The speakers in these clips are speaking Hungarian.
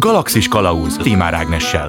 Galaxis kalauz Tímár Ágnessel.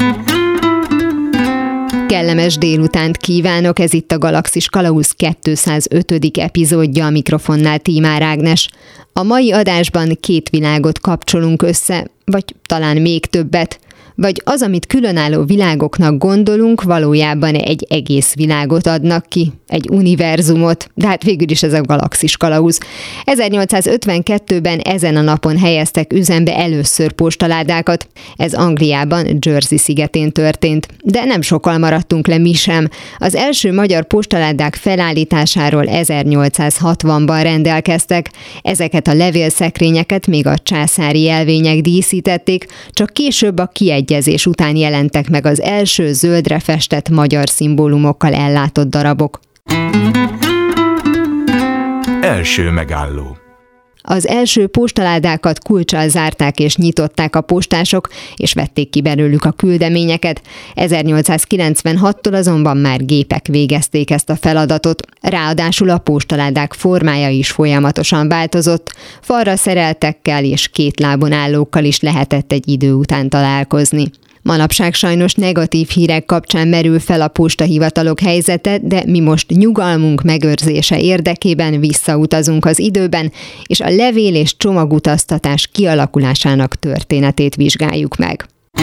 Kellemes délutánt kívánok, ez itt a Galaxis kalauz 205. epizódja, a mikrofonnál Tímár Ágnes. A mai adásban két világot kapcsolunk össze, vagy talán még többet. Vagy az, amit különálló világoknak gondolunk, valójában egy egész világot adnak ki, egy univerzumot, de hát végül is ez a Galaxis kalauz. 1852-ben ezen a napon helyeztek üzembe először postaládákat. Ez Angliában, Jersey szigetén történt, de nem sokkal maradtunk le mi sem. Az első magyar postaládák felállításáról 1860-ban rendelkeztek. Ezeket a levélszekrényeket még a császári jelvények díszítették, csak később a kiegyezés után jelentek meg az első zöldre festett magyar szimbólumokkal ellátott darabok. Első megálló. Az első postaládákat kulccsal zárták és nyitották a postások, és vették ki belőlük a küldeményeket. 1896-tól azonban már gépek végezték ezt a feladatot. Ráadásul a postaládák formája is folyamatosan változott. Falra szereltekkel és két lábon állókkal is lehetett egy idő után találkozni. Manapság sajnos negatív hírek kapcsán merül fel a postahivatalok helyzete, de mi most nyugalmunk megőrzése érdekében visszautazunk az időben, és a levél- és csomagutaztatás kialakulásának történetét vizsgáljuk meg.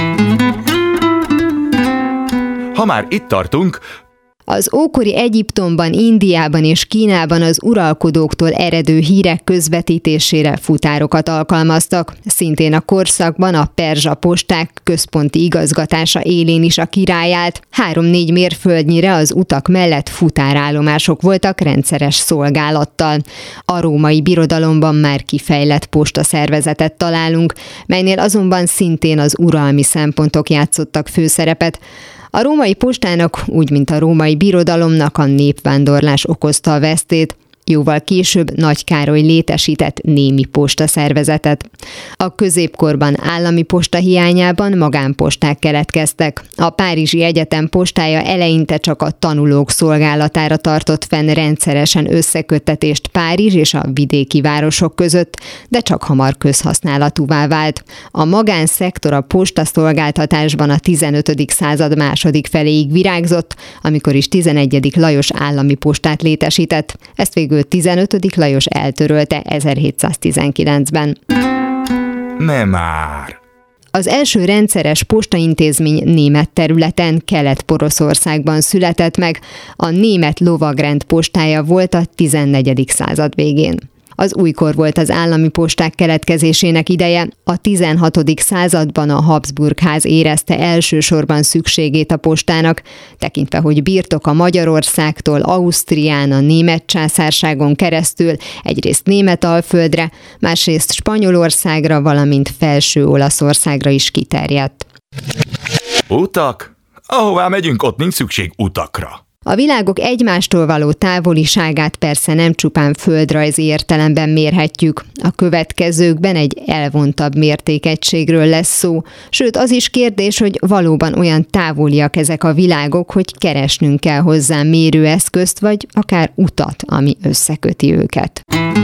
Ha már itt tartunk, az ókori Egyiptomban, Indiában és Kínában az uralkodóktól eredő hírek közvetítésére futárokat alkalmaztak. Szintén a korszakban a perzsa posták központi igazgatása élén is a király állt. 3-4 mérföldnyire az utak mellett futárállomások voltak rendszeres szolgálattal. A római birodalomban már kifejlett postaszervezetet találunk, melynél azonban szintén az uralmi szempontok játszottak főszerepet. A római postának, úgy mint a római birodalomnak a népvándorlás okozta a vesztét. Jóval később Nagy Károly létesített némi postaszervezetet. A középkorban állami posta hiányában magánposták keletkeztek. A Párizsi Egyetem postája eleinte csak a tanulók szolgálatára tartott fenn rendszeresen összeköttetést Párizs és a vidéki városok között, de csak hamar közhasználatúvá vált. A magánszektor a postaszolgáltatásban a 15. század második feléig virágzott, amikor is 11. Lajos állami postát létesített. Ezt végül 15. Lajos eltörölte 1719-ben. Nem már! Az első rendszeres postaintézmény német területen, Kelet-Poroszországban született meg, a német lovagrend postája volt a 14. század végén. Az újkor volt az állami posták keletkezésének ideje. A 16. században a Habsburg-ház érezte elsősorban szükségét a postának, tekintve, hogy birtoka Magyarországtól Ausztrián, a német császárságon keresztül egyrészt Németalföldre, másrészt Spanyolországra, valamint Felső Olaszországra is kiterjedt. Utak? Ahová megyünk, ott nincs szükség utakra. A világok egymástól való távoliságát persze nem csupán földrajzi értelemben mérhetjük. A következőkben egy elvontabb mértékegységről lesz szó, sőt az is kérdés, hogy valóban olyan távoliak ezek a világok, hogy keresnünk kell hozzá mérőeszközt, vagy akár utat, ami összeköti őket.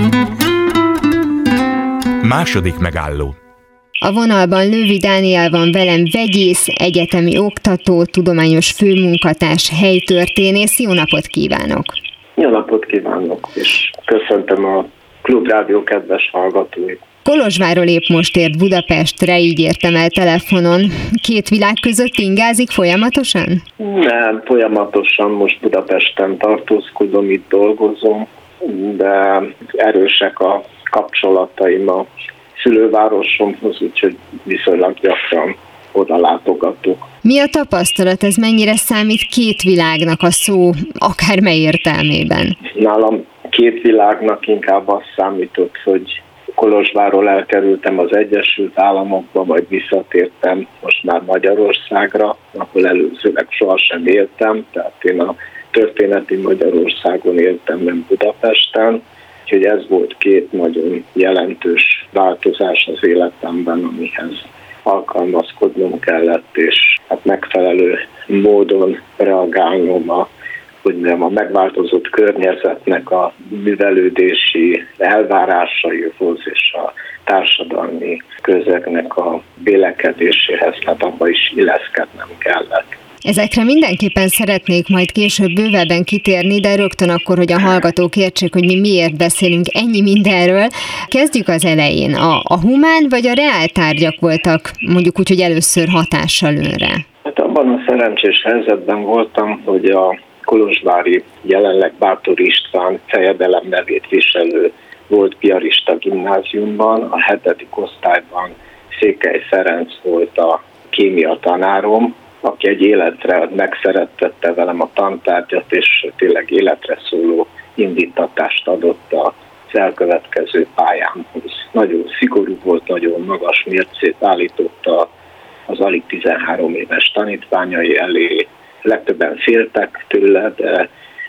Második megálló. A vonalban Lővi Dániel van velem, vegyész, egyetemi oktató, tudományos főmunkatárs, helytörténész. Jó napot kívánok! Jó napot kívánok, és köszöntöm a Klubrádió kedves hallgatóit. Kolozsvárról épp most ért Budapestre, így értem el telefonon. Két világ között ingázik folyamatosan? Nem, folyamatosan most Budapesten tartózkodom, itt dolgozom, de erősek a kapcsolataim a szülővárosomhoz, úgyhogy viszonylag gyakran oda látogatok. Mi a tapasztalat? Ez mennyire számít két világnak a szó, akármely értelmében? Nálam két világnak inkább az számított, hogy Kolozsvárról elkerültem az Egyesült Államokba, majd visszatértem most már Magyarországra, ahol előzőleg sohasem éltem, tehát én a történeti Magyarországon éltem, nem Budapesten. Úgyhogy ez volt két nagyon jelentős változás az életemben, amihez alkalmazkodnom kellett, és hát megfelelő módon reagálnom a hogy a megváltozott környezetnek a művelődési elvárásaihoz és a társadalmi közegnek a vélekedéséhez, tehát abba is illeszkednem kellett. Ezekre mindenképpen szeretnék majd később bővebben kitérni, de rögtön akkor, hogy a hallgatók értsék, hogy mi miért beszélünk ennyi mindenről. Kezdjük az elején. A humán vagy a reál tárgyak voltak mondjuk úgy, hogy először hatással önre? Hát abban a szerencsés helyzetben voltam, hogy a kolozsvári, jelenleg Báthori István fejedelem nevét viselő volt piarista gimnáziumban, a 7. osztályban Székely Ferenc volt a kémia tanárom, aki egy életre megszerettette velem a tantárgyat, és tényleg életre szóló indítatást adott az elkövetkező pályámhoz. Nagyon szigorú volt, nagyon magas mércét állította az alig 13 éves tanítványai elé. Legtöbben féltek tőle, de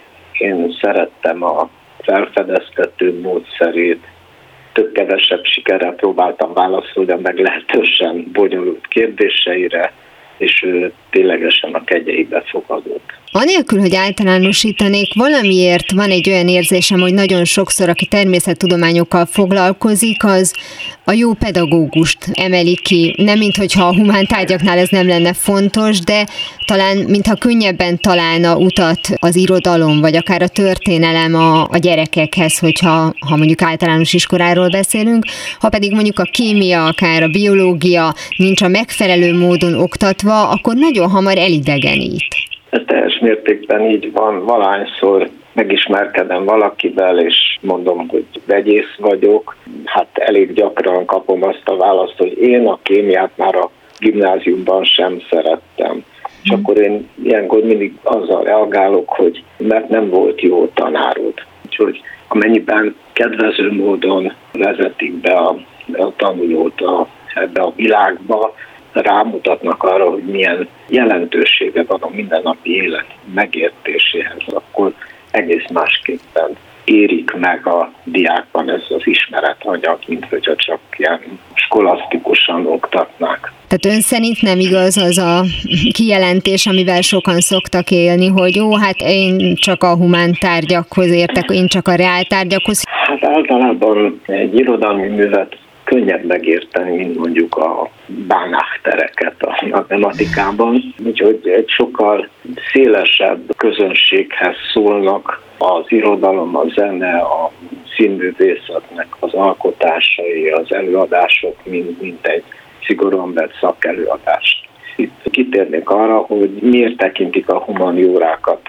én szerettem a felfedeztető módszerét. Több-kevesebb sikerrel próbáltam válaszolni a meglehetősen bonyolult kérdéseire, és ő ténylegesen a kegyeibe fogadott. Anélkül, hogy általánosítanék, valamiért van egy olyan érzésem, hogy nagyon sokszor, aki természettudományokkal foglalkozik, az a jó pedagógust emeli ki. Nem minthogyha a humántárgyaknál ez nem lenne fontos, de talán mintha könnyebben találna utat az irodalom, vagy akár a történelem a gyerekekhez, hogyha mondjuk általános iskoláról beszélünk. Ha pedig mondjuk a kémia, akár a biológia nincs a megfelelő módon oktatva, akkor nagyon hamar elidegenít. Ez teljes mértékben így van. Valahányszor megismerkedem valakivel, és mondom, hogy vegyész vagyok. Hát elég gyakran kapom azt a választ, hogy én a kémiát már a gimnáziumban sem szerettem. És akkor én ilyenkor mindig azzal reagálok, hogy mert nem volt jó tanárod. Úgyhogy amennyiben kedvező módon vezetik be a tanulót ebbe a világba, rámutatnak arra, hogy milyen jelentősége van a mindennapi élet megértéséhez, akkor egész másképpen érik meg a diákban ez az ismeretanyag, mint hogyha csak ilyen skolasztikusan oktatnák. Tehát ön szerint nem igaz az a kijelentés, amivel sokan szoktak élni, hogy jó, hát én csak a humántárgyakhoz értek, én csak a reáltárgyakhoz? Hát általában egy irodalmi művet könnyebb megérteni, mint mondjuk a Banach-tereket a matematikában. Úgyhogy egy sokkal szélesebb közönséghez szólnak az irodalom, a zene, a színművészetnek az alkotásai, az előadások, mint egy szigorúan vett szakelőadást. Itt kitérnék arra, hogy miért tekintik a humanjórákat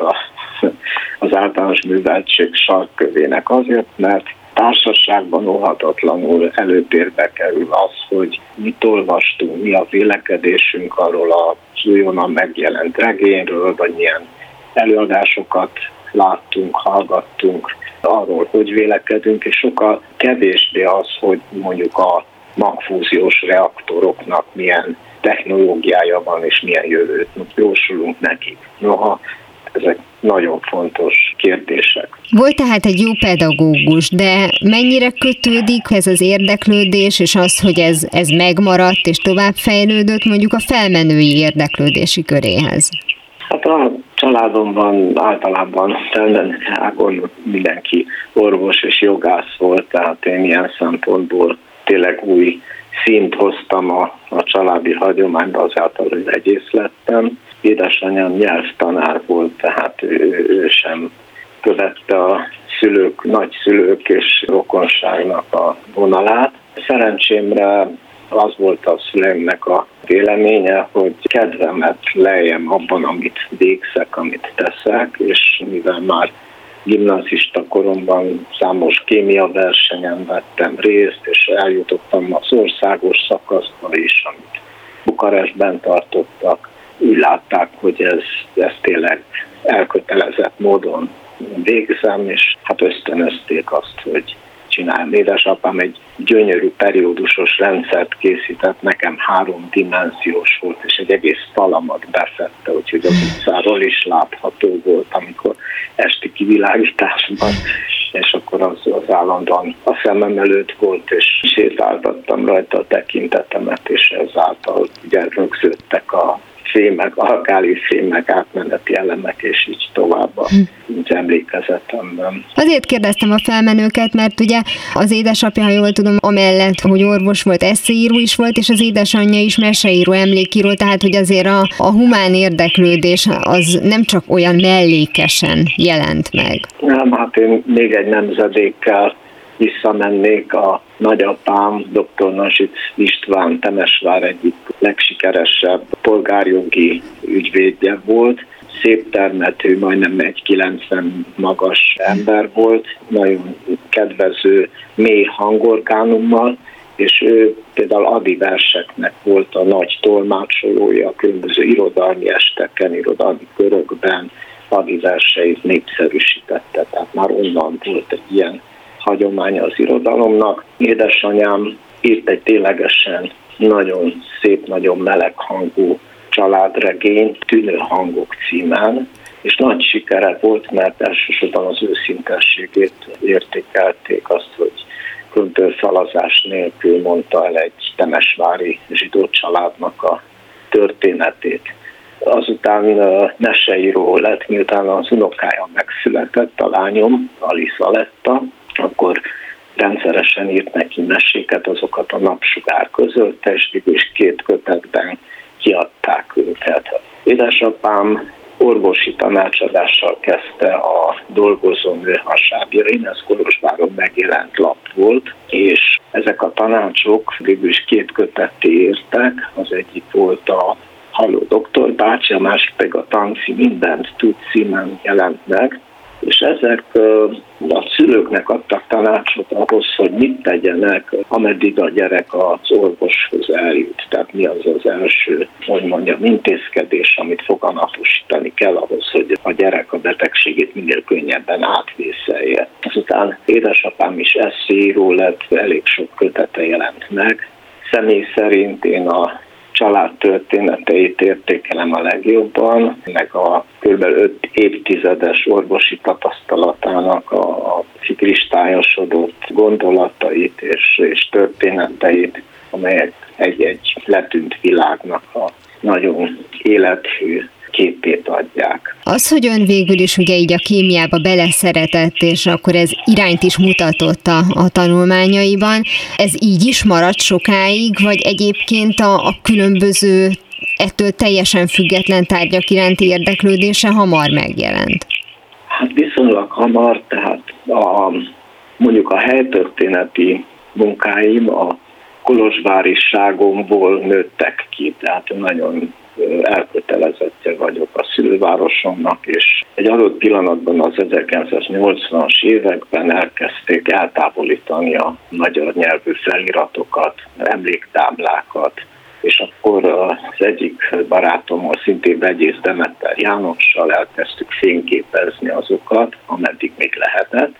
az általános műveltség sarkkövének. Azért, mert társaságban óhatatlanul előtérbe kerül az, hogy mit olvastunk, mi a vélekedésünk arról az újonnan megjelent regényről, vagy milyen előadásokat láttunk, hallgattunk arról, hogy vélekedünk, és sokkal kevésbé az, hogy mondjuk a magfúziós reaktoroknak milyen technológiája van, és milyen jövőt jósolunk nekik. Noha ezek nagyon fontos kérdések. Volt tehát egy jó pedagógus, de mennyire kötődik ez az érdeklődés, és az, hogy ez megmaradt és továbbfejlődött mondjuk a felmenői érdeklődési köréhez? Hát a családomban általában ágon mindenki orvos és jogász volt, tehát én ilyen szempontból tényleg új színt hoztam a családi hagyományba azáltal, hogy vegyész lettem. Édesanyám nyelvtanár volt, tehát ő sem követte a szülők, nagyszülők és rokonságnak a vonalát. Szerencsémre az volt a szüleimnek a véleménye, hogy kedvemet lejjem abban, amit végzek, amit teszek, és mivel már gimnazista koromban számos kémia versenyen vettem részt, és eljutottam az országos szakaszba is, amit Bukarestben tartottak, úgy látták, hogy ez tényleg elkötelezett módon végzem, és hát ösztönözték azt, hogy csináljam. Édesapám egy gyönyörű periódusos rendszert készített, nekem 3 dimenziós volt, és egy egész talamat befette, úgyhogy az utcáról is látható volt, amikor esti kivilágításban, és akkor az állandóan a szemem előtt volt, és sétáltattam rajta a tekintetemet, és ezáltal ugye rögződtek a fémek, alkáli fémek, átmeneti elemek, és így tovább az emlékezetemben. Azért kérdeztem a felmenőket, mert ugye az édesapja, ha jól tudom, amellett, hogy orvos volt, esszéíró is volt, és az édesanyja is meseíró, emlékíró, tehát hogy azért a humán érdeklődés az nem csak olyan mellékesen jelent meg. Nem, hát én még egy nemzedékkel visszamennék. A nagyapám, dr. Nasic István, Temesvár egyik legsikeresebb polgárjogi ügyvédje volt. Szép termetű, majdnem 1,90 magas ember volt, nagyon kedvező, mély hangorgánummal, és ő például Ady verseknek volt a nagy tolmácsolója, a különböző irodalmi esteken, irodalmi körökben Ady verseit népszerűsítette, tehát már onnan volt egy ilyen hagyománya az irodalomnak. Édesanyám írt egy ténylegesen nagyon szép, nagyon meleg hangú családregény, Tűnő hangok címen, és nagy sikere volt, mert elsősorban az őszintességét értékelték, azt, hogy köntösszalazás nélkül mondta el egy temesvári zsidó családnak a történetét. Azután meseíró lett, miután az unokája megszületett, a lányom, Alice Aletta, akkor rendszeresen írt neki meséket, azokat a Napsugár közölte, és végül is 2 kötetben kiadták őket. Édesapám orvosi tanácsadással kezdte a dolgozónő hasábjain, ez Kolozsváron megjelent lap volt, és ezek a tanácsok végül is 2 kötetté értek, az egyik volt a Halló doktor bácsi, a másik pedig a Tanci mindent tud címen jelent meg, és ezek a szülőknek adtak tanácsot ahhoz, hogy mit tegyenek, ameddig a gyerek az orvoshoz eljut. Tehát mi az első, hogy mondjam, intézkedés, amit foganatosítani kell ahhoz, hogy a gyerek a betegségét minél könnyebben átvészelje. Azután édesapám is esszéíró lett, elég sok kötete jelent meg. Személy szerint én a család történeteit értékelem a legjobban, meg a kb. 5 évtizedes orvosi tapasztalatának a kristályosodott gondolatait és történeteit, amelyek egy letűnt világnak a nagyon élethű képét adják. Az, hogy ön végül is ugye így a kémiába beleszeretett, és akkor ez irányt is mutatott a tanulmányaiban, ez így is maradt sokáig, vagy egyébként a különböző, ettől teljesen független tárgyak iránti érdeklődése hamar megjelent? Hát viszonylag hamar, tehát mondjuk a helytörténeti munkáim a kolozsváriságomból nőttek ki, tehát nagyon elkötelezettje vagyok a szülővárosomnak, és egy adott pillanatban az 1980-as években elkezdték eltávolítani a magyar nyelvű feliratokat, emléktáblákat, és akkor az egyik barátommal, szintén Vegyész Demeter Jánossal elkezdtük fényképezni azokat, ameddig még lehetett,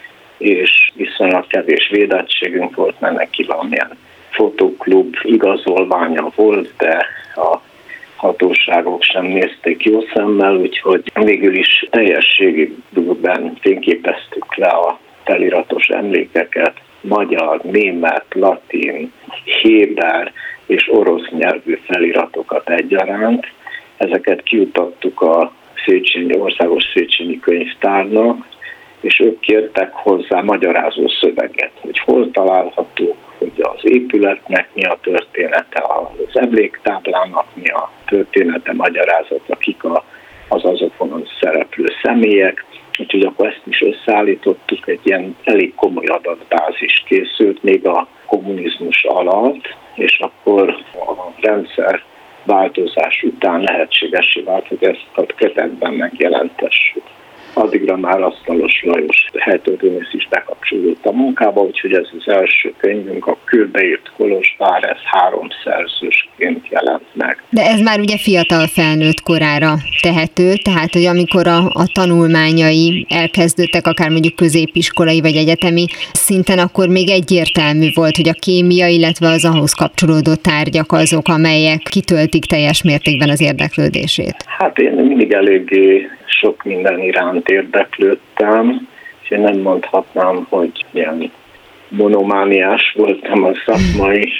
és viszonylag kevés védettségünk volt, mert neki valamilyen fotóklub igazolványa volt, de a hatóságok sem nézték jó szemmel, úgyhogy végül is teljességükben fényképeztük le a feliratos emlékeket, magyar, német, latin, héber és orosz nyelvű feliratokat egyaránt. Ezeket kiutattuk a Országos Széchenyi Könyvtárnak, és ők kértek hozzá magyarázó szöveget, hogy hol található, hogy az épületnek mi a története, az emléktáblának mi a története, magyarázata, kik az azokon szereplő személyek. Úgyhogy akkor ezt is összeállítottuk, egy ilyen elég komoly adatbázis készült még a kommunizmus alatt, és akkor a rendszer változás után lehetségessé vált, hogy ezt a kötetben megjelentessük. Addigra már Asztalos Lajos helytörténész is bekapcsolódott a munkába, úgyhogy ez az első könyvünk, a Kőbeírt Kolozsvár, ez 3 szerzősként jelent meg. De ez már ugye fiatal felnőtt korára tehető, tehát hogy amikor a tanulmányai elkezdődtek, akár mondjuk középiskolai vagy egyetemi szinten, akkor még egyértelmű volt, hogy a kémia, illetve az ahhoz kapcsolódó tárgyak azok, amelyek kitöltik teljes mértékben az érdeklődését. Hát én mindig eléggé sok minden iránt érdeklődtem, és én nem mondhatnám, hogy ilyen monomániás voltam a szakmai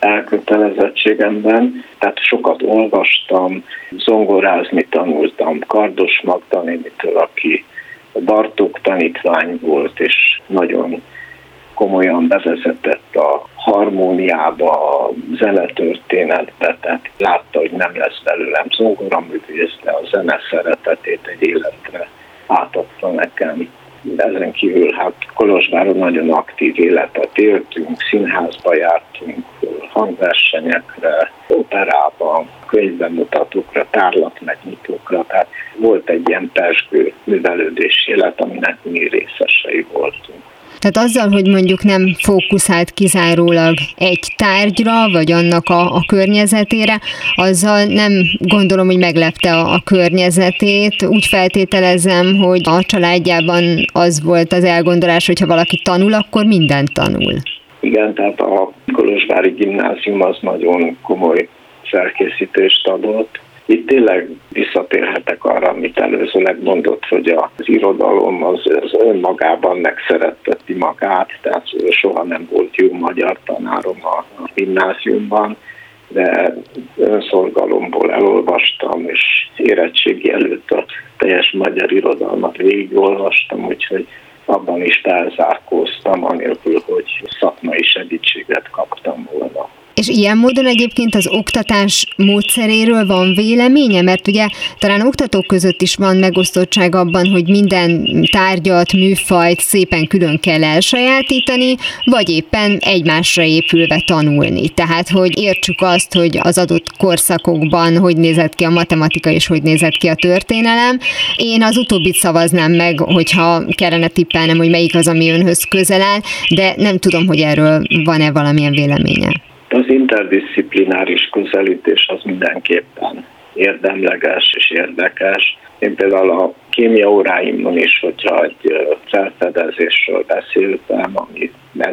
elkötelezettségemben, tehát sokat olvastam, zongorázni tanultam Kardos Magdalénitől, aki Bartók tanítvány volt, és nagyon komolyan bevezetett a harmóniába, a zenetörténetbe, tehát látta, hogy nem lesz belőlem zongoraművész, de a zene szeretetét egy életre átadta nekem. Ezen kívül Kolozsváron nagyon aktív életet éltünk, színházba jártunk, hangversenyekre, operába, könyvbemutatókra, tárlatmegnyitókra, tehát volt egy ilyen pezsgő művelődési élet, aminek mi részesei voltunk. Tehát azzal, hogy mondjuk nem fókuszált kizárólag egy tárgyra, vagy annak a környezetére, azzal nem gondolom, hogy meglepte a környezetét. Úgy feltételezem, hogy a családjában az volt az elgondolás, hogy ha valaki tanul, akkor mindent tanul. Igen, tehát a kolozsvári gimnázium az nagyon komoly felkészítést adott. Itt tényleg visszatérhetek arra, amit előzőleg mondott, hogy az irodalom az önmagában megszeretteti magát, tehát soha nem volt jó magyar tanárom a gimnáziumban, de önszorgalomból elolvastam, és érettségi előtt a teljes magyar irodalmat végigolvastam, úgyhogy abban is felzárkóztam, anélkül, hogy szakmai segítséget kaptam volna. És ilyen módon egyébként az oktatás módszeréről van véleménye? Mert ugye talán oktatók között is van megosztottság abban, hogy minden tárgyat, műfajt szépen külön kell elsajátítani, vagy éppen egymásra épülve tanulni. Tehát, hogy értsük azt, hogy az adott korszakokban hogy nézett ki a matematika és hogy nézett ki a történelem. Én az utóbbit szavaznám meg, hogyha kellene tippelnem, hogy melyik az, ami önhöz közel áll, de nem tudom, hogy erről van-e valamilyen véleménye. Az interdisziplináris közelítés az mindenképpen érdemleges és érdekes. Én például a kémia óráimon is, hogyha egy felfedezésről beszéltem, ami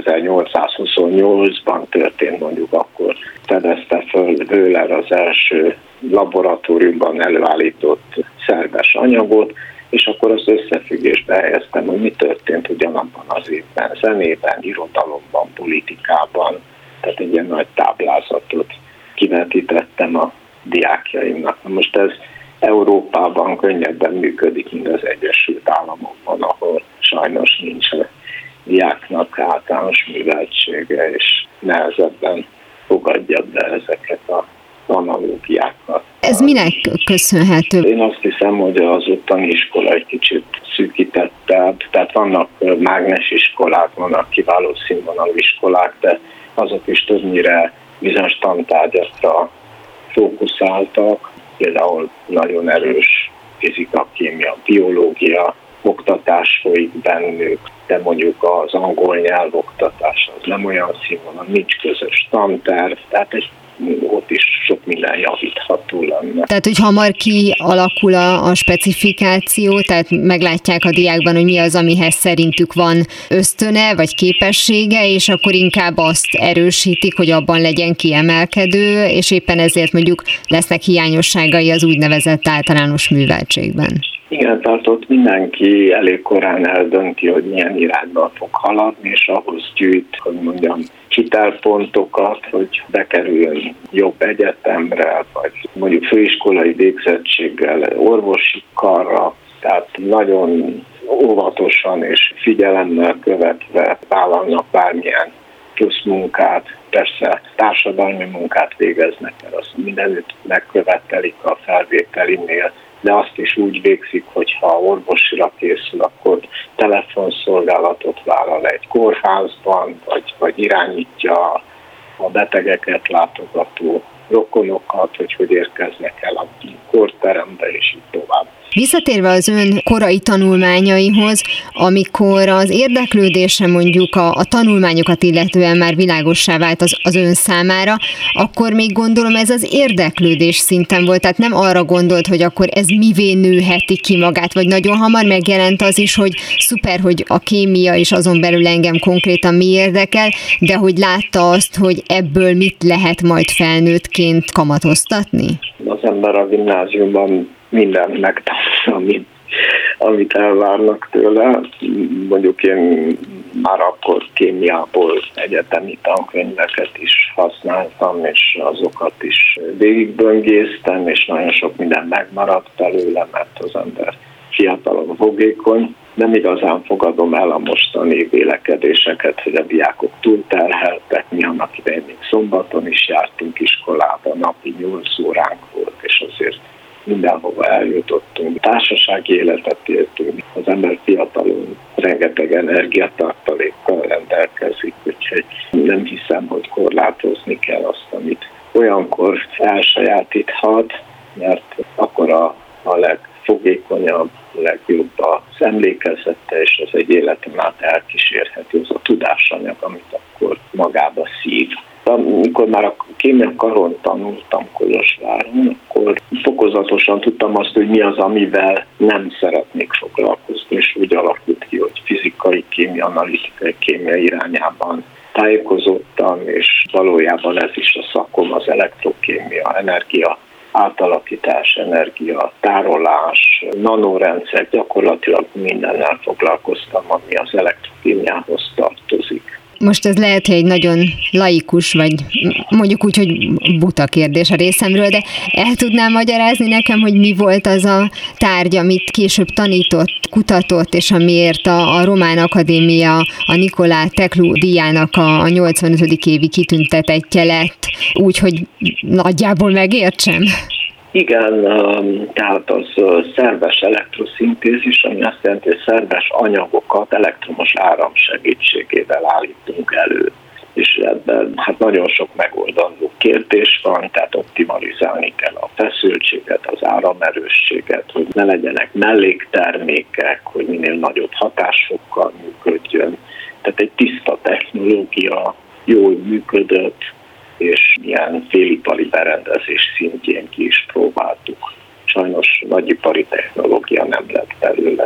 1828-ban történt, mondjuk akkor fedezte föl Wöhler az első laboratóriumban előállított szerves anyagot, és akkor az összefüggésbe helyeztem, hogy mi történt ugyanabban az évben, zenében, irodalomban, politikában. Tehát egy ilyen nagy táblázatot kivetítettem a diákjaimnak. Most ez Európában könnyebben működik, mint az Egyesült Államokban, ahol sajnos nincs a diáknak általános műveltsége, és nehezebben fogadja be ezeket az analógiákat. Ez minek köszönhető? Én azt hiszem, hogy az ottani iskola egy kicsit szűkítettebb, tehát vannak mágnesiskolák, vannak kiváló színvonalú iskolák, de azok is többnyire bizonyos tantárgyakra fókuszáltak, például nagyon erős fizika, kémia, biológia oktatás folyik bennük, de mondjuk az angol nyelv oktatás az nem olyan színvonal, nincs közös tanterv, tehát ott is sok minden javítható lenne. Tehát, hogy hamar kialakul a specifikáció, tehát meglátják a diákban, hogy mi az, amihez szerintük van ösztöne, vagy képessége, és akkor inkább azt erősítik, hogy abban legyen kiemelkedő, és éppen ezért mondjuk lesznek hiányosságai az úgynevezett általános műveltségben. Igen, tehát ott mindenki elég korán eldönti, hogy milyen irányba fog haladni, és ahhoz gyűjt, hogy mondjam, hitelpontokat, hogy bekerüljön jobb egyetemre, vagy mondjuk főiskolai végzettséggel orvosi karra, tehát nagyon óvatosan és figyelemmel követve vállalnak bármilyen plusz munkát, persze társadalmi munkát végeznek, mert azt mindenütt megkövetelik a felvételinél, de azt is úgy végzik, hogy ha orvosira készül, akkor telefonszolgálatot vállal egy kórházban, vagy irányítja a betegeket látogató rokonokat, hogy érkeznek el a kórterembe, és így tovább. Visszatérve az ön korai tanulmányaihoz, amikor az érdeklődése mondjuk a tanulmányokat illetően már világossá vált az ön számára, akkor még gondolom ez az érdeklődés szinten volt, tehát nem arra gondolt, hogy akkor ez mivé nőheti ki magát, vagy nagyon hamar megjelent az is, hogy szuper, hogy a kémia és azon belül engem konkrétan mi érdekel, de hogy látta azt, hogy ebből mit lehet majd felnőttként kamatoztatni? Az ember a gimnáziumban mindent megtanul, amit amit elvárnak tőle. Mondjuk én már akkor kémiából egyetemi tankönyveket is használtam, és azokat is végigböngésztem, és nagyon sok minden megmaradt belőle, mert az ember fiatalon fogékony. Nem igazán fogadom el a mostani vélekedéseket, hogy a diákok túlterheltek. Mi annak idején még szombaton is jártunk iskolába, napi 8 óránk volt, és azért mindenhova eljutottunk. Társasági életet éltünk. Az ember fiatalon rengeteg energiatartalékkal rendelkezik, úgyhogy nem hiszem, hogy korlátozni kell azt, amit olyankor elsajátíthat, mert akkor a legfogékonyabb, legjobb az emlékezete, és az egy életen át elkísérheti, az a tudásanyag, amit akkor magába szív. Amikor már a kémia karon tanultam Kolozsváron, akkor fokozatosan tudtam azt, hogy mi az, amivel nem szeretnék foglalkozni, és úgy alakult ki, hogy fizikai kémia, analitikai kémia irányában tájékozottam, és valójában ez is a szakom, az elektrokémia, energia átalakítás, energia, tárolás, nanorendszer, gyakorlatilag mindennel foglalkoztam, ami az elektrokémiához tartozik. Most ez lehet, hogy egy nagyon laikus, vagy mondjuk úgy, hogy buta kérdés a részemről, de el tudnám magyarázni nekem, hogy mi volt az a tárgy, amit később tanított, kutatott, és amiért a Román Akadémia a Nikolá Teklu díjának a 85. évi kitüntetettje lett, úgyhogy nagyjából megértsem? Igen, tehát az szerves elektroszintézis, ami azt jelenti, hogy szerves anyagokat elektromos áram segítségével állítunk elő. És ebben nagyon sok megoldandó kérdés van, tehát optimalizálni kell a feszültséget, az áramerősséget, hogy ne legyenek melléktermékek, hogy minél nagyobb hatásfokkal működjön. Tehát egy tiszta technológia, jól működött, és ilyen félipari berendezés szintjén ki is próbáltuk. Sajnos nagyipari technológia nem lett belőle.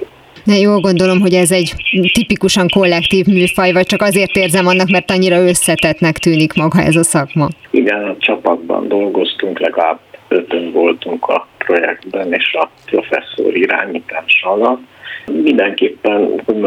De jól gondolom, hogy ez egy tipikusan kollektív műfaj, vagy csak azért érzem annak, mert annyira összetettnek tűnik maga ez a szakma. Igen, a csapatban dolgoztunk, legalább 5-ön voltunk a projektben, és a professzor irányítás alatt. Mindenképpen,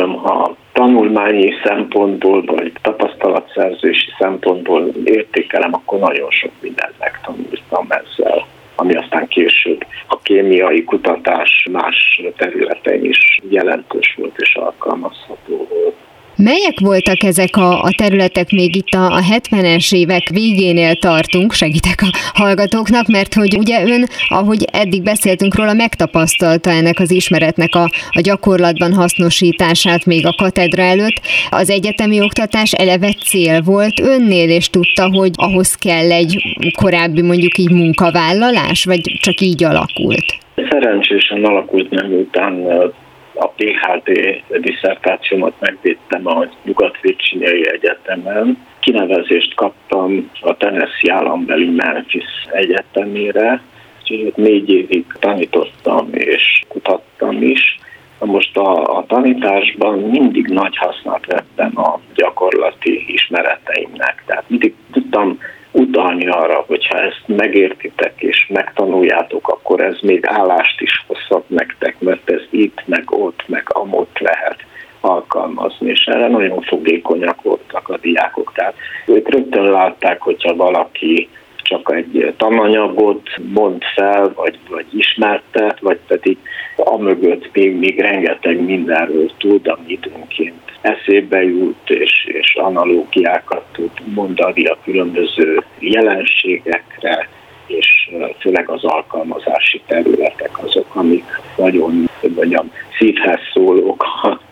ha tanulmányi szempontból, vagy tapasztalatszerzési szempontból értékelem, akkor nagyon sok mindent megtanultam ezzel, ami aztán később a kémiai kutatás más területein is jelentős volt és alkalmazható volt. Melyek voltak ezek a területek, még itt a 70-es évek végénél tartunk, segítek a hallgatóknak, mert hogy ugye ön, ahogy eddig beszéltünk róla, megtapasztalta ennek az ismeretnek a gyakorlatban hasznosítását még a katedra előtt. Az egyetemi oktatás eleve cél volt önnél, és tudta, hogy ahhoz kell egy korábbi mondjuk így munkavállalás, vagy csak így alakult? Szerencsésen alakult, nem után a PhD disszertációmat megvédtem a Nyugat-Virginiai Egyetemen. Kinevezést kaptam a Tennessee állambeli Memphis Egyetemére, úgyhogy 4 évig tanítottam és kutattam is. Most a tanításban mindig nagy hasznát vettem a gyakorlati ismereteimnek, tehát mindig tudtam utalni arra, hogyha ezt megértitek és megtanuljátok, akkor ez még állást is hozhat nektek, mert ez itt, meg ott, meg amott lehet alkalmazni, és erre nagyon fogékonyak voltak a diákok. Tehát ők rögtön látták, hogyha valaki csak egy tananyagot mond fel, vagy ismertet, vagy pedig amögött még rengeteg mindenről tud, ami időnként eszébe jut, és analógiákat tud mondani a különböző jelenségekre, és főleg az alkalmazási területek azok, amik nagyon szívhez szólók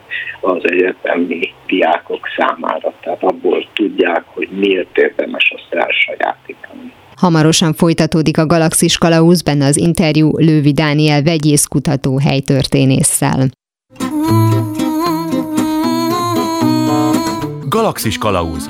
az egyetemi diákok számára. Tehát abból tudják, hogy miért érdemes azt elsajátítani. Hamarosan folytatódik a Galaxis Kalauz, benne az interjú Lővi Dániel vegyészkutató helytörténésszel. Galaxis Kalauz.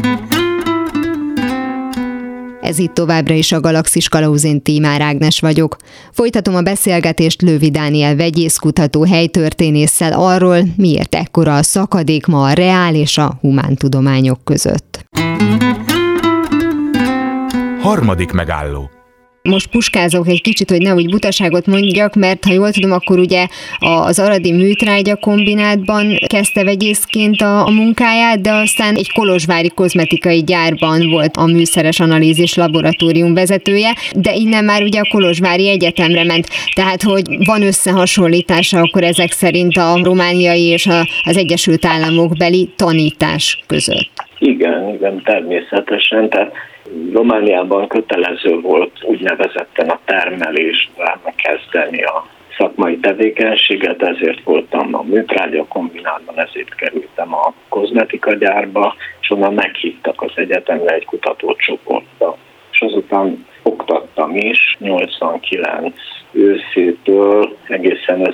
Ez itt továbbra is a Galaxis Kalauz, én Tímár Ágnes vagyok. Folytatom a beszélgetést Lővi Dániel vegyészkutató helytörténésszel arról, miért ekkora a szakadék ma a reál és a humántudományok között. Harmadik megálló. Most puskázok egy kicsit, hogy nehogy butaságot mondjak, mert ha jól tudom, akkor ugye az Aradi Műtrágya Kombinátban kezdte vegyészként a munkáját, de aztán egy kolozsvári kozmetikai gyárban volt a műszeres analízis laboratórium vezetője, de innen már ugye a Kolozsvári Egyetemre ment. Tehát, hogy van összehasonlítása akkor ezek szerint a romániai és az Egyesült Államok beli tanítás között. Igen, természetesen. Tehát Romániában kötelező volt úgynevezetten a termelésben kezdeni a szakmai tevékenységet, ezért voltam a Műtrágya Kombinátban, ezért kerültem a kozmetikagyárba, és onnan meghívtak az egyetemre egy kutatócsoportba. És azután oktattam is 89 őszétől egészen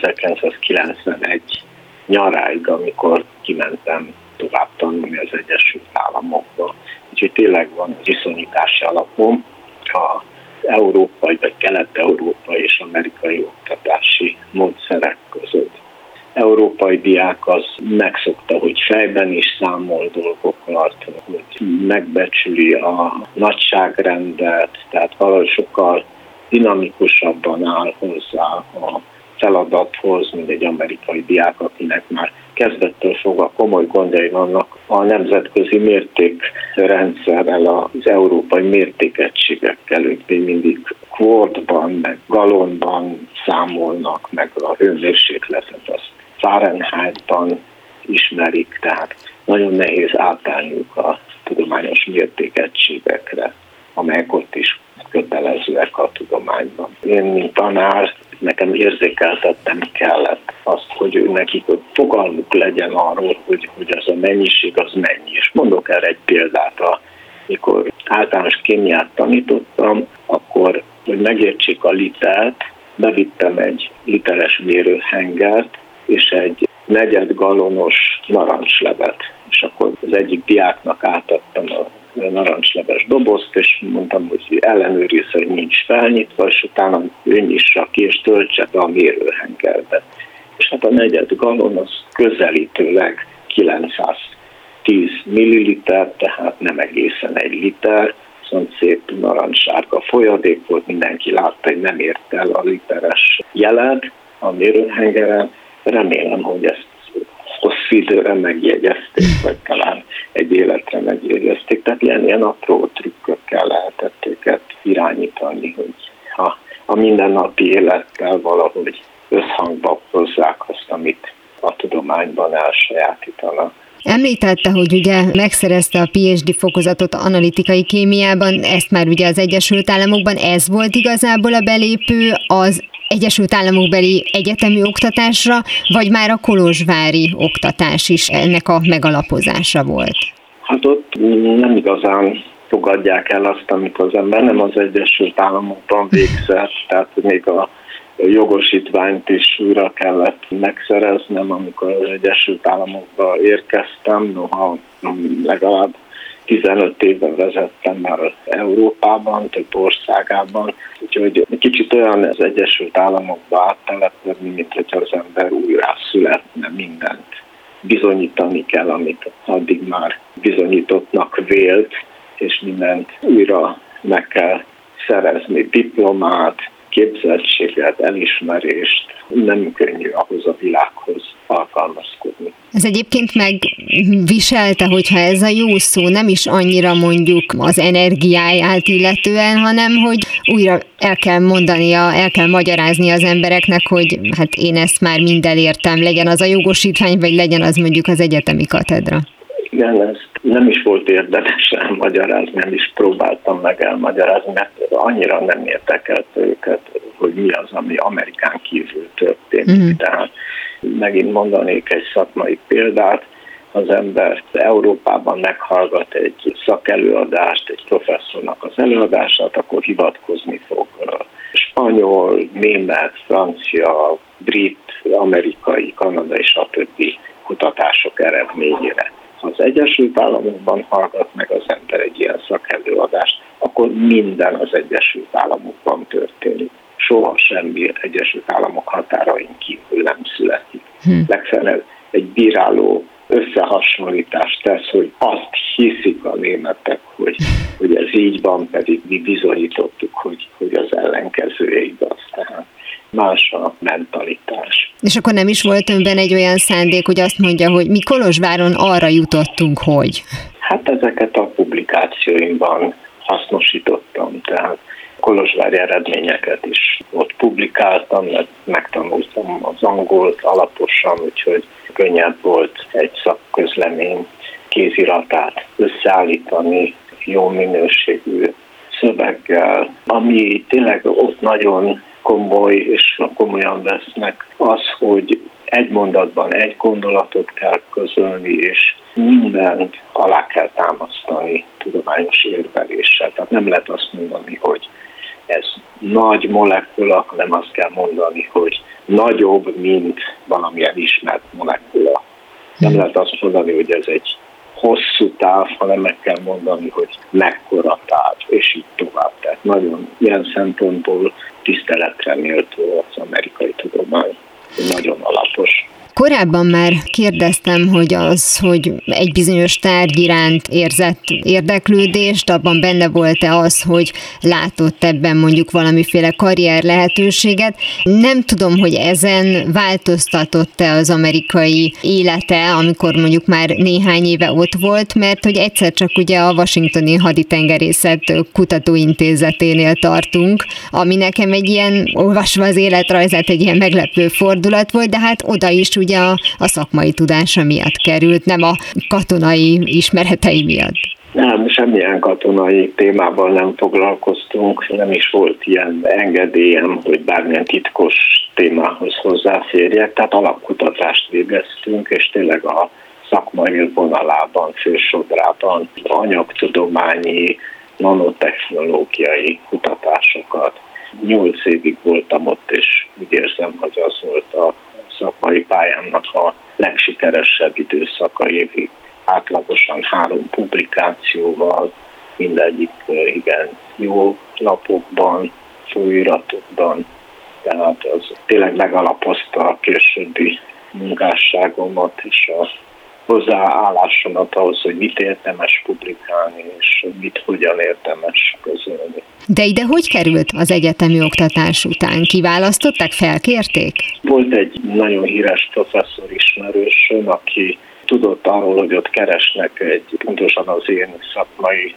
1991 nyaráig, amikor kimentem tovább tanulni az Egyesült Államokba. Úgyhogy tényleg van viszonyítási alapom az európai vagy kelet-európai és amerikai oktatási módszerek között. Európai diák az megszokta, hogy fejben is számol dolgokat, hogy megbecsüli a nagyságrendet, tehát valahogy sokkal dinamikusabban áll hozzá a feladathoz, mint egy amerikai diák, akinek már kezdettől fogva komoly gondjai vannak a nemzetközi mértékrendszerrel, az európai mértékegységekkel, ők mindig quartban, meg gallonban számolnak, meg a hőmérsékletet, azt Fahrenheitban ismerik, tehát nagyon nehéz átállniuk a tudományos mértékegységekre, amelyek ott is kötelezőek a tudományban. Én, mint tanár, nekem érzékeltetnem kellett azt, hogy nekik fogalmuk legyen arról, hogy az a mennyiség az mennyi. És mondok erre egy példát, amikor általános kémiát tanítottam, akkor, hogy megértsék a litert, bevittem egy literes mérőhengert és egy negyed gallonos narancslevet. És akkor az egyik diáknak átadtam a narancsleves dobozt, és mondtam, hogy ellenőrizze, hogy nincs felnyitva, és utána ő nyissa ki, és töltse be a mérőhengerbe. És hát a negyed gallon az közelítőleg 910 milliliter, tehát nem egészen egy liter, viszont szép narancssárga folyadék volt, mindenki látta, hogy nem ért el a literes jelet a mérőhengeren. Remélem, hogy ezt hosszú időre megjegyezték, vagy talán egy életre megjegyezték. Tehát ilyen apró trükkökkel lehetett őket irányítani, hogy a mindennapi élettel valahogy összhangba hozzák azt, amit a tudományban elsajátítanak. Említette, hogy ugye megszerezte a PhD fokozatot analitikai kémiában, ezt már ugye az Egyesült Államokban, ez volt igazából a belépő az Egyesült Államokbeli egyetemi oktatásra, vagy már a kolozsvári oktatás is ennek a megalapozása volt? Hát ott nem igazán fogadják el azt, amit az ember nem az Egyesült Államokban végzett, tehát még a jogosítványt is újra kellett megszereznem, amikor az Egyesült Államokba érkeztem, noha legalább 15 évben vezettem már Európában, több országában, úgyhogy kicsit olyan az Egyesült Államokba áttelepedni, mint hogyha az ember újra születne, mindent bizonyítani kell, amit addig már bizonyítottnak vélt, és mindent újra meg kell szerezni, diplomát, képzettséget, elismerést, nem könnyű ahhoz a világhoz alkalmazkodni. Ez egyébként megviselte, hogyha ez a jó szó nem is annyira mondjuk az energiáját illetően, hanem hogy újra el kell mondania, el kell magyarázni az embereknek, hogy hát én ezt már mind elértem, legyen az a jogosítvány, vagy legyen az mondjuk az egyetemi katedra. Igen, ezt nem is volt érdemes elmagyarázni, nem is próbáltam meg elmagyarázni, mert annyira nem érdekelte őket, hogy mi az, ami Amerikán kívül történik. Tehát megint mondanék egy szakmai példát, az ember Európában meghallgat egy szakelőadást, egy professzornak az előadását, akkor hivatkozni fog spanyol, német, francia, brit, amerikai, kanadai, stb. Kutatások eredményére. Ha az Egyesült Államokban hallgat meg az ember egy ilyen szakelőadást, akkor minden az Egyesült Államokban történik. Soha semmi Egyesült Államok határain kívül nem születik. Legfeljebb egy bíráló összehasonlítást tesz, hogy azt hiszik a németek, hogy ez így van, pedig mi bizonyítottuk, hogy az ellenkezője igaz. Tehát más a mentalitás. És akkor nem is volt önben egy olyan szándék, hogy azt mondja, hogy mi Kolozsváron arra jutottunk, hogy? Hát ezeket a publikációimban hasznosítottam, tehát kolozsvári eredményeket is ott publikáltam, mert megtanultam az angolt alaposan, úgyhogy könnyebb volt egy szakközlemény kéziratát összeállítani jó minőségű szöveggel, ami tényleg ott nagyon komoly, és komolyan vesznek az, hogy egy mondatban egy gondolatot kell közölni, és mindent alá kell támasztani tudományos érveléssel. Tehát nem lehet azt mondani, hogy ez nagy molekula, hanem azt kell mondani, hogy nagyobb, mint valamilyen ismert molekula. Nem lehet azt mondani, hogy ez egy hosszú táv, hanem meg kell mondani, hogy mekkora táv, és így tovább. Tehát nagyon ilyen szempontból tiszteletre méltó az amerikai tudomány, nagyon alapos. Korábban már kérdeztem, hogy egy bizonyos tárgy iránt érzett érdeklődést, abban benne volt-e az, hogy látott ebben mondjuk valamiféle karrier lehetőséget. Nem tudom, hogy ezen változtatott-e az amerikai élete, amikor mondjuk már néhány éve ott volt, mert hogy egyszer csak ugye a Washingtoni Haditengerészet Kutatóintézeténél tartunk, ami nekem egy ilyen, olvasva az életrajzát, egy ilyen meglepő fordulat volt, de hát oda is ugye a szakmai tudása miatt került, nem a katonai ismeretei miatt. Nem, semmilyen katonai témával nem foglalkoztunk, nem is volt ilyen engedélyem, hogy bármilyen titkos témához hozzáférjek, tehát alapkutatást végeztünk, és tényleg a szakmai vonalában, fősodrában anyagtudományi, nanotechnológiai kutatásokat. 8 évig voltam ott, és úgy érzem, hogy az volt a szakmai pályámnak a legsikeresebb időszaka, évig átlagosan 3 publikációval, mindegyik igen jó lapokban, folyóiratokban, tehát az tényleg megalapozta a későbbi munkásságomat és a hozzáállásomat ahhoz, hogy mit érdemes publikálni, és mit hogyan érdemes közölni. De ide hogy került az egyetemi oktatás után? Kiválasztották, felkérték? Volt egy nagyon híres professzor ismerősöm, aki tudott arról, hogy ott keresnek egy pontosan az én szakmai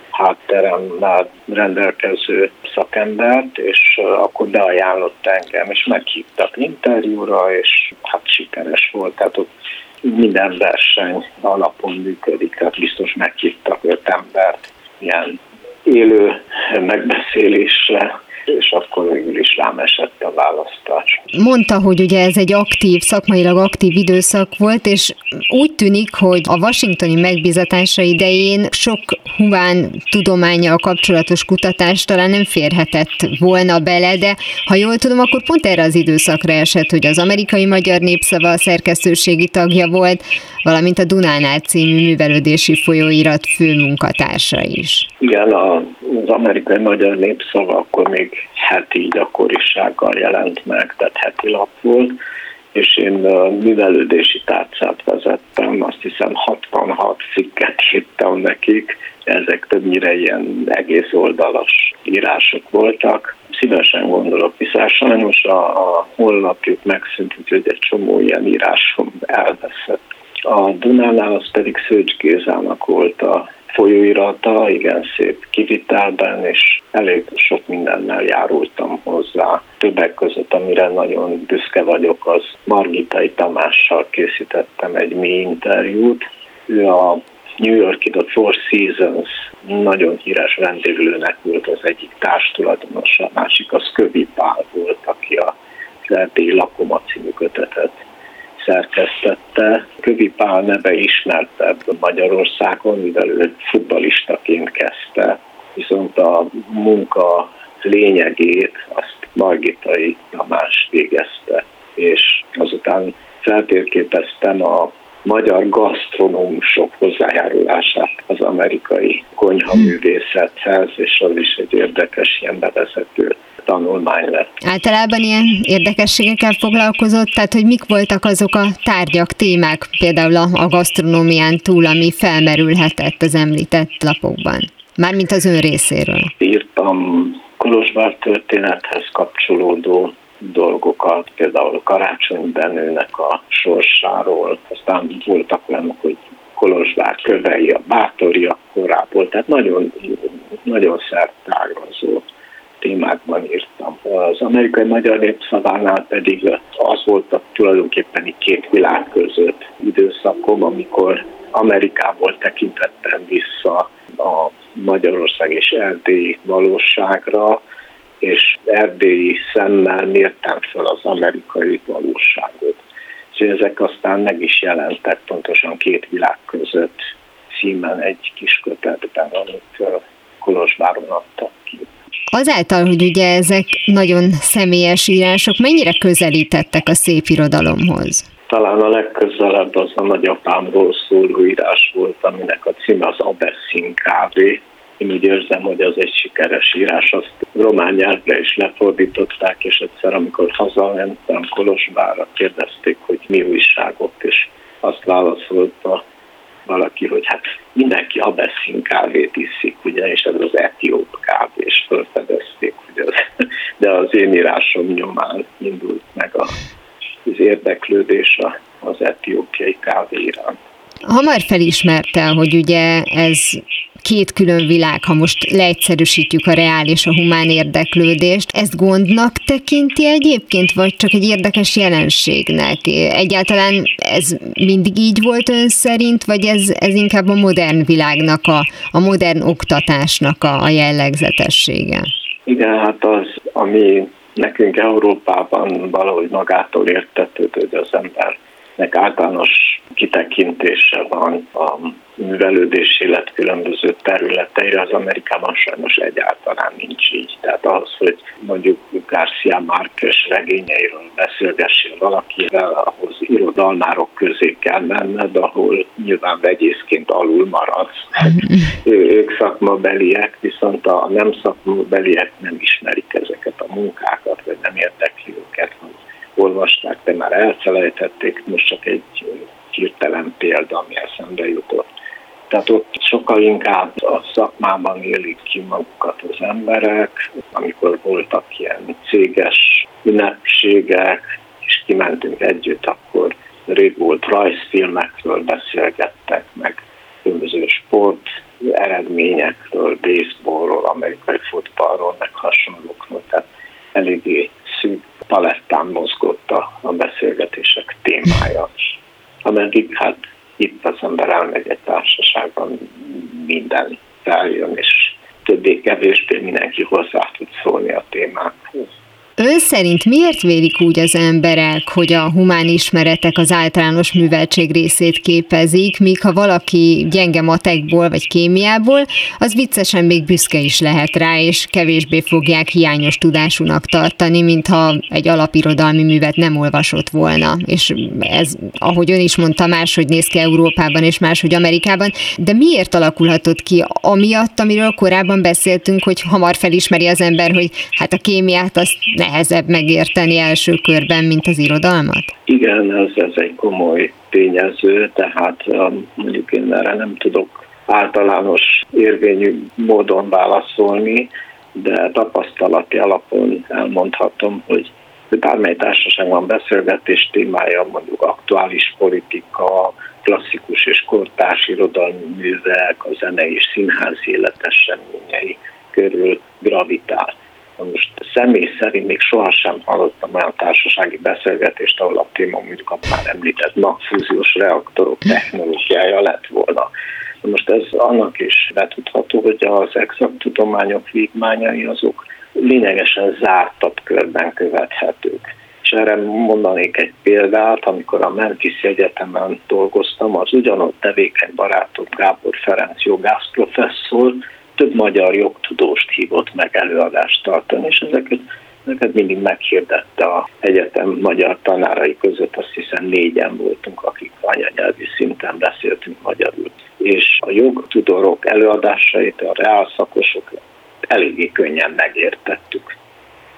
hátteremmel rendelkező szakembert, és akkor beajánlott engem, és meghívtak interjúra, és hát sikeres volt. Tehát ott minden verseny alapon működik, tehát biztos meghívtak 5 embert ilyen élő megbeszélésre, és akkor végül is rám esett a választás. Mondta, hogy ugye ez egy szakmailag aktív időszak volt, és úgy tűnik, hogy a washingtoni megbízatása idején sok humán tudománnyal kapcsolatos kutatás talán nem férhetett volna bele, de ha jól tudom, akkor pont erre az időszakra esett, hogy az Amerikai Magyar Népszava szerkesztőségi tagja volt, valamint a Dunánál című művelődési folyóirat főmunkatársa is. Igen, az Amerikai Magyar Népszava akkor még heti gyakorisággal jelent meg, tehát heti lap volt, és én művelődési tárcát vezettem, azt hiszem 66 cikket írtam nekik, ezek többnyire ilyen egész oldalas írások voltak. Szívesen gondolok vissza, sajnos a honlapjuk megszűnt, úgyhogy egy csomó ilyen írásom elveszett. A Dunánál az pedig Szőcs Gézának volt a folyóirata, igen szép kivitelben, és elég sok mindennel járultam hozzá. Többek között, amire nagyon büszke vagyok, az Margitai Tamással készítettem egy mély interjút. Ő a New York-i The Four Seasons nagyon híres vendéglőnek volt az egyik társtulajdonosa, a másik az Kövi Pál volt, aki a Erdélyi Lakoma című kötetet szerkesztette. Kövi Pál neve ismertebb Magyarországon, mivel ő futballistaként kezdte, viszont a munka lényegét azt Margitai Tamás végezte, és azután feltérképeztem a magyar gasztronómusok hozzájárulását az amerikai konyhaművészethez, és az is egy érdekes ilyen bevezető tanulmány lett. Általában ilyen érdekességekkel foglalkozott, tehát hogy mik voltak azok a tárgyak, témák, például a gasztronómián túl, ami felmerülhetett az említett lapokban? Mármint az ön részéről. Írtam Kolozsvár történethez kapcsolódó dolgokat, például Karácsony Benőnek a sorsáról, aztán voltak olyanok, hogy Kolozsvár kövei a bátoriak korából, tehát nagyon, nagyon szertágazó témákban írtam. Az Amerikai Magyar Népszavánál pedig az volt a tulajdonképpen két világ között időszakom, amikor Amerikából tekintettem vissza a Magyarország és erdélyi valóságra, és erdélyi szemmel mértem fel az amerikai valóságot. És ezek aztán meg is jelentek pontosan két világ között címen egy kis kötetben, amit Kolozsváron adtak ki. Azáltal, hogy ugye ezek nagyon személyes írások, mennyire közelítettek a szépirodalomhoz? Talán a legközelebb az a nagyapámról szóló írás volt, aminek a címe az Abesszin kávé. Én úgy érzem, hogy az egy sikeres írás, azt román nyelvre is lefordították, és egyszer, amikor hazamentem Kolozsvárra, kérdezték, hogy mi újságok, és azt válaszolta valaki, hogy hát mindenki Abesszin kávét iszik, ugye, és ez az etióp kávé, és felfedezték, hogy de az én írásom nyomán indult meg az érdeklődés az etiópiai kávé iránt. Hamar felismerte, hogy ugye ez két külön világ, ha most leegyszerűsítjük a reál és a humán érdeklődést. Ezt gondnak tekinti egyébként, vagy csak egy érdekes jelenségnek? Egyáltalán ez mindig így volt ön szerint, vagy ez inkább a modern világnak, a modern oktatásnak a jellegzetessége? Igen, hát az, ami nekünk Európában valahogy magától értetődő, hogy az embernek általános kitekintése van a művelődés élet különböző területeire, az Amerikában sajnos egyáltalán nincs így. Tehát az, hogy mondjuk García Márquez regényeiről beszélgessél valakivel, ahhoz irodalmárok közé kell menned, ahol nyilván vegyészként alul maradsz. Ők szakmabeliek, viszont a nem szakmabeliek nem ismerik ezeket a munkákat, vagy nem érdekli őket, hogy olvasták, de már elfelejtették, most csak egy hirtelen példa, ami eszembe jutott. Tehát ott sokkal inkább a szakmában élik ki magukat az emberek, amikor voltak ilyen céges ünnepségek, és kimentünk együtt, akkor rég volt rajzfilmekről beszélgettek, meg különböző sport eredményekről, baseballról, amerikai futballról, meg hasonlókról. Tehát eléggé szűk palettán mozgott a beszélgetések témája. Ameddig hát itt az ember elmegy egy társaságban, minden feljön, és többé-kevésbé mindenki hozzá tud szólni a témákhoz. Ön szerint miért vélik úgy az emberek, hogy a humán ismeretek az általános műveltség részét képezik, míg ha valaki gyenge matekból vagy kémiából, az viccesen még büszke is lehet rá, és kevésbé fogják hiányos tudásúnak tartani, mintha egy alapirodalmi művet nem olvasott volna. És ez, ahogy ön is mondta, máshogy néz ki Európában és máshogy Amerikában. De miért alakulhatott ki amiatt, amiről korábban beszéltünk, hogy hamar felismeri az ember, hogy hát a kémiát azt nehezebb megérteni első körben, mint az irodalmat? Igen, ez egy komoly tényező, tehát mondjuk én erre nem tudok általános érvényű módon válaszolni, de tapasztalati alapon elmondhatom, hogy bármely társaságban beszélgetés témája, mondjuk aktuális politika, klasszikus és kortárs irodalmi művek, a zenei és színházi élet eseményei körül gravitál. Most személy szerint még sohasem hallottam olyan társasági beszélgetést, ahol a téma mondjuk a már említett napfúziós reaktorok technológiája lett volna. Most ez annak is betudható, hogy az exakt tudományok vívmányai azok lényegesen zártabb körben követhetők. És erre mondanék egy példát, amikor a Memphis Egyetemen dolgoztam, az ugyanott tevékeny barátom Gábor Ferenc jogász professzor több magyar jogtudóst hívott meg előadást tartani, és ezeket mindig meghirdette az egyetem magyar tanárai között, azt hiszem 4-en voltunk, akik anyanyelvi szinten beszéltünk magyarul. És a jogtudórok előadásait, a reálszakosok eléggé könnyen megértettük.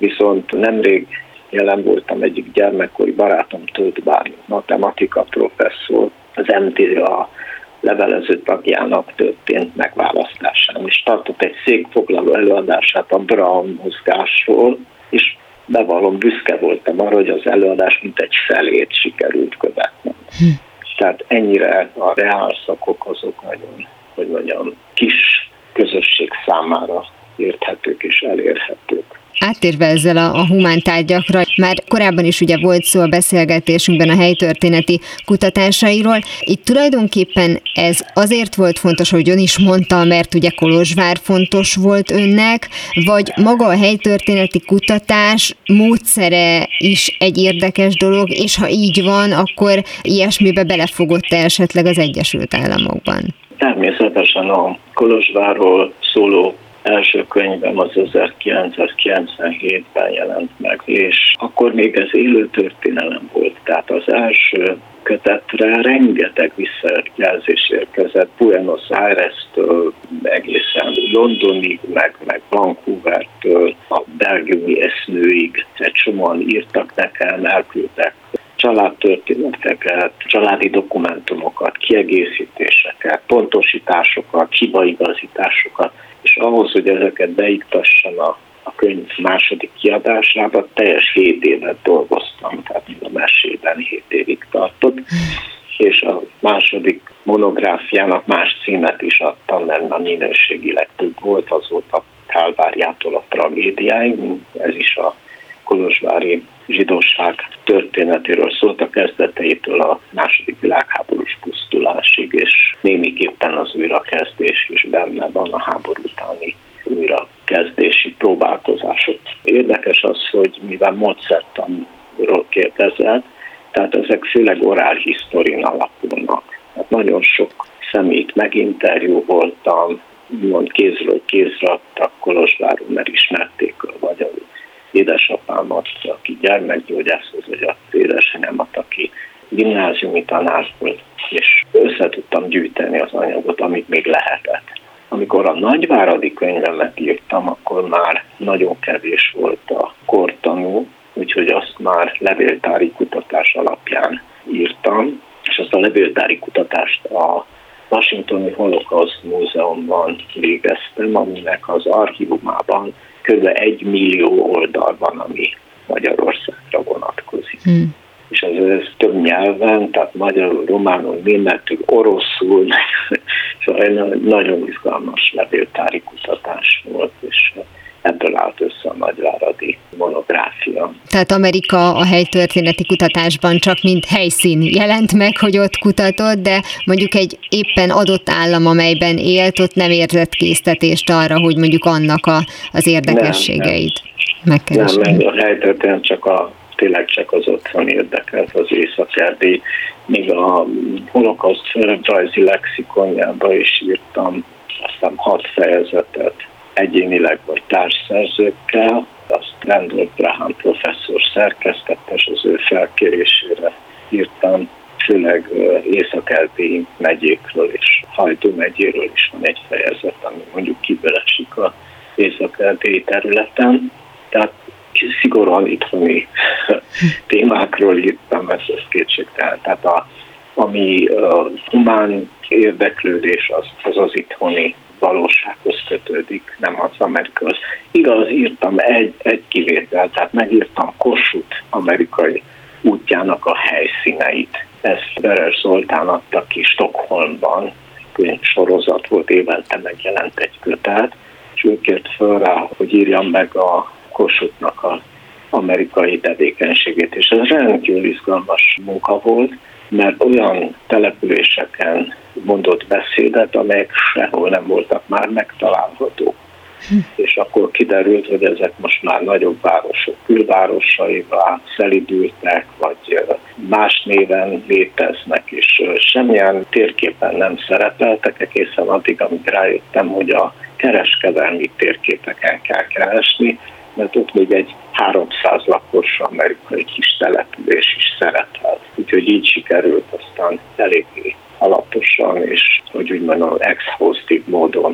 Viszont nemrég jelen voltam egyik gyermekkori barátom, Tóth Bálint matematika professzor, az MTA levelező tagjának történt megválasztásán, és tartott egy székfoglaló előadását a Brown mozgásról, és bevallom, büszke voltam arra, hogy az előadás mintegy felét sikerült követnem. Tehát ennyire a reálszakok azok nagyon, kis közösség számára érthetők és elérhetők. Áttérve ezzel a humántárgyakra, már korábban is ugye volt szó a beszélgetésünkben a helytörténeti kutatásairól. Itt tulajdonképpen ez azért volt fontos, hogy ön is mondta, mert ugye Kolozsvár fontos volt önnek, vagy maga a helytörténeti kutatás módszere is egy érdekes dolog, és ha így van, akkor ilyesmibe belefogott esetleg az Egyesült Államokban? Természetesen a Kolozsvárról szóló első könyvem az 1997-ben jelent meg, és akkor még ez élő történelem volt, tehát az első kötetre rengeteg visszajelzés érkezett, Buenos Aires-től egészen Londonig, meg Vancouvertől a belgiumi esznőig, egy csomóan írtak nekem, elküldtek családtörténeteket, családi dokumentumokat, kiegészítéseket, pontosításokat, hibaigazításokat, és ahhoz, hogy ezeket beiktasson a könyv második kiadásába, teljes 7 évet dolgoztam, tehát a mesében 7 évig tartott, és a második monográfiának más címet is adtam, mert a minőségileg több volt, azóta Kálváriától a tragédiáig, ez is a kolozsvári zsidóság történetéről szólt, a kezdeteitől a második világháborús pusztulásig, és némiképpen az újrakezdés is benne van, a háború utáni újrakezdési próbálkozások. Érdekes az, hogy mivel módszertanról kérdezett, tehát ezek főleg oral historin alapulnak. Hát nagyon sok személyt meginterjúvoltam, úgymond kézről kézre adtak Kolozsváron, mert ismerték vagy édesapámat, aki gyermekgyógyászhoz, vagy az édesanyámat, aki gimnáziumi tanár volt, és össze tudtam gyűjteni az anyagot, amit még lehetett. Amikor a nagyváradi könyvemet írtam, akkor már nagyon kevés volt a kortanú, úgyhogy azt már levéltári kutatás alapján írtam, és azt a levéltári kutatást a Washingtoni Holocaust Múzeumban végeztem, aminek az archívumában kb. 1 millió oldal van, ami Magyarországra vonatkozik. És ez több nyelven, tehát magyarul, románul, németül, oroszul, szóval nagyon izgalmas levéltári kutatás volt, és ebből állt össze a nagyváradi monográfia. Tehát Amerika a helytörténeti kutatásban csak mint helyszín jelent meg, hogy ott kutatott, de mondjuk egy éppen adott állam, amelyben élt, ott nem érzett késztetést arra, hogy mondjuk annak az érdekességeit megkeresni. Nem, a helytörténet tényleg csak az otthon érdekelt, az Észak-Erdély. Még a holokauszt földrajzi lexikonjába is írtam, aztán 6 fejezetet egyénileg vagy társszerzőkkel, azt Randolph Graham professzor szerkesztette, és az ő felkérésére írtam, főleg Észak-Erdélyi megyékről és Hajdú megyéről is van egy fejezet, ami mondjuk kibelesik az Észak-Erdélyi területen. Tehát szigorúan itthoni témákról írtam, ez kétségtelen. Tehát ami humán érdeklődés, az itthoni valósághoz kötődik, nem az amerikai. Igaz, írtam egy kivétel, tehát megírtam Kossuth amerikai útjának a helyszíneit. Ezt Veres Zoltán adta ki Stockholmban, sorozat volt, évente megjelent egy kötet, és ő kért föl rá, hogy írjam meg a Kossuthnak az amerikai tevékenységét, és ez rendkívül izgalmas munka volt, mert olyan településeken mondott beszédet, amelyek sehol nem voltak már megtalálhatók. És akkor kiderült, hogy ezek most már nagyobb városok külvárosaivá szelidültek, vagy más néven léteznek, és semmilyen térképen nem szerepeltek egészen addig, amíg rájöttem, hogy a kereskedelmi térképeken kell keresni, mert ott még egy 300 lakos amerikai kis település is szerepel. Úgyhogy így sikerült aztán eléggé alaposan, és hogy úgy mondom, ex-haustív módon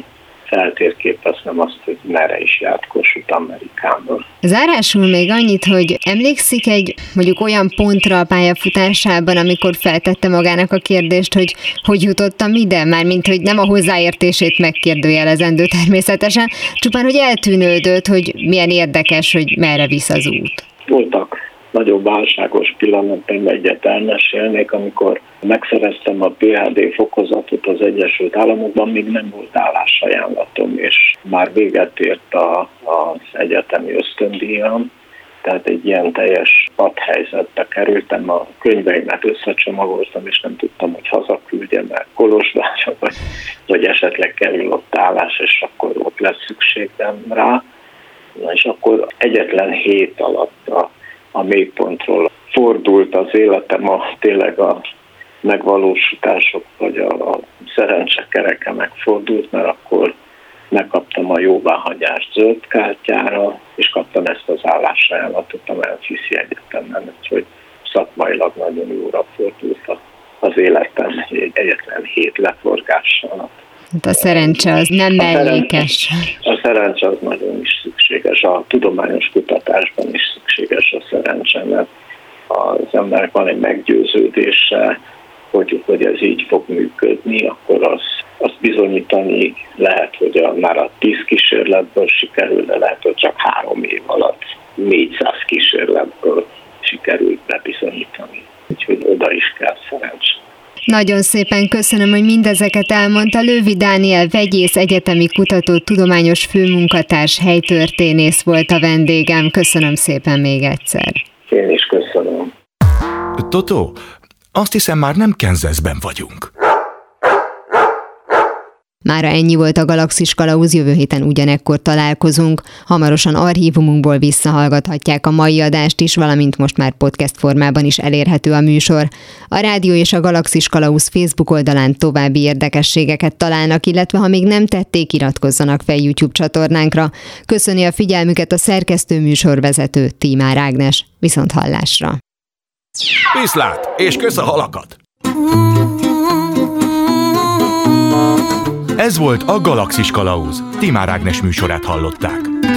feltérképeznem azt, hogy merre is járt Kossuth Amerikában. Zárásul még annyit, hogy emlékszik egy mondjuk olyan pontra a pályafutásában, amikor feltette magának a kérdést, hogy jutottam ide, mármint hogy nem a hozzáértését megkérdőjelezendő természetesen, csupán hogy eltűnődött, hogy milyen érdekes, hogy merre visz az út. Voltak nagyobb válságos pillanatom, egyet elmesélnék, amikor megszereztem a PhD fokozatot az Egyesült Államokban, még nem volt állásajánlatom, és már véget ért az egyetemi ösztöndíjam, tehát egy ilyen teljes padhelyzetbe kerültem, a könyveimet összecsomagoltam, és nem tudtam, hogy hazaküldjem el Kolozsvárra, vagy esetleg kerül ott állás, és akkor ott lesz szükségem rá. Na, és akkor egyetlen hét alatt a mélypontról fordult az életem, tényleg a megvalósítások, vagy a szerencsekereke megfordult, mert akkor megkaptam a jóváhagyást zöld kártyára, és kaptam ezt az állásajánlatot a Memphiszi Egyetemen, úgyhogy szakmailag nagyon jóra fordult az életem egyetlen hét leforgással. A szerencse az nem mellékes. A szerencse az nagyon is szükséges, a tudományos kutatásban is szükséges a szerencse, mert az embernek van egy meggyőződése, hogy ez így fog működni, akkor azt bizonyítani lehet, hogy már a 10 kísérletből sikerül, de lehet, hogy csak 3 év alatt 400 kísérletből sikerült bebizonyítani. Úgyhogy oda is kell szerencse. Nagyon szépen köszönöm, hogy mindezeket elmondta. Lővi Dániel vegyész, egyetemi kutató, tudományos főmunkatárs, helytörténész volt a vendégem. Köszönöm szépen még egyszer. Én is köszönöm. Totó, azt hiszem már nem Kansasben vagyunk. Mára ennyi volt a Galaxis Kalauz, jövő héten ugyanekkor találkozunk. Hamarosan archívumunkból visszahallgathatják a mai adást is, valamint most már podcast formában is elérhető a műsor. A rádió és a Galaxis Kalauz Facebook oldalán további érdekességeket találnak, illetve ha még nem tették, iratkozzanak fel YouTube csatornánkra. Köszöni a figyelmüket a szerkesztő műsorvezető Tímár Ágnes. Viszonthallásra! Viszlát, és kösz a halakat! Ez volt a Galaxis Kalauz. Tímár Ágnes műsorát hallották.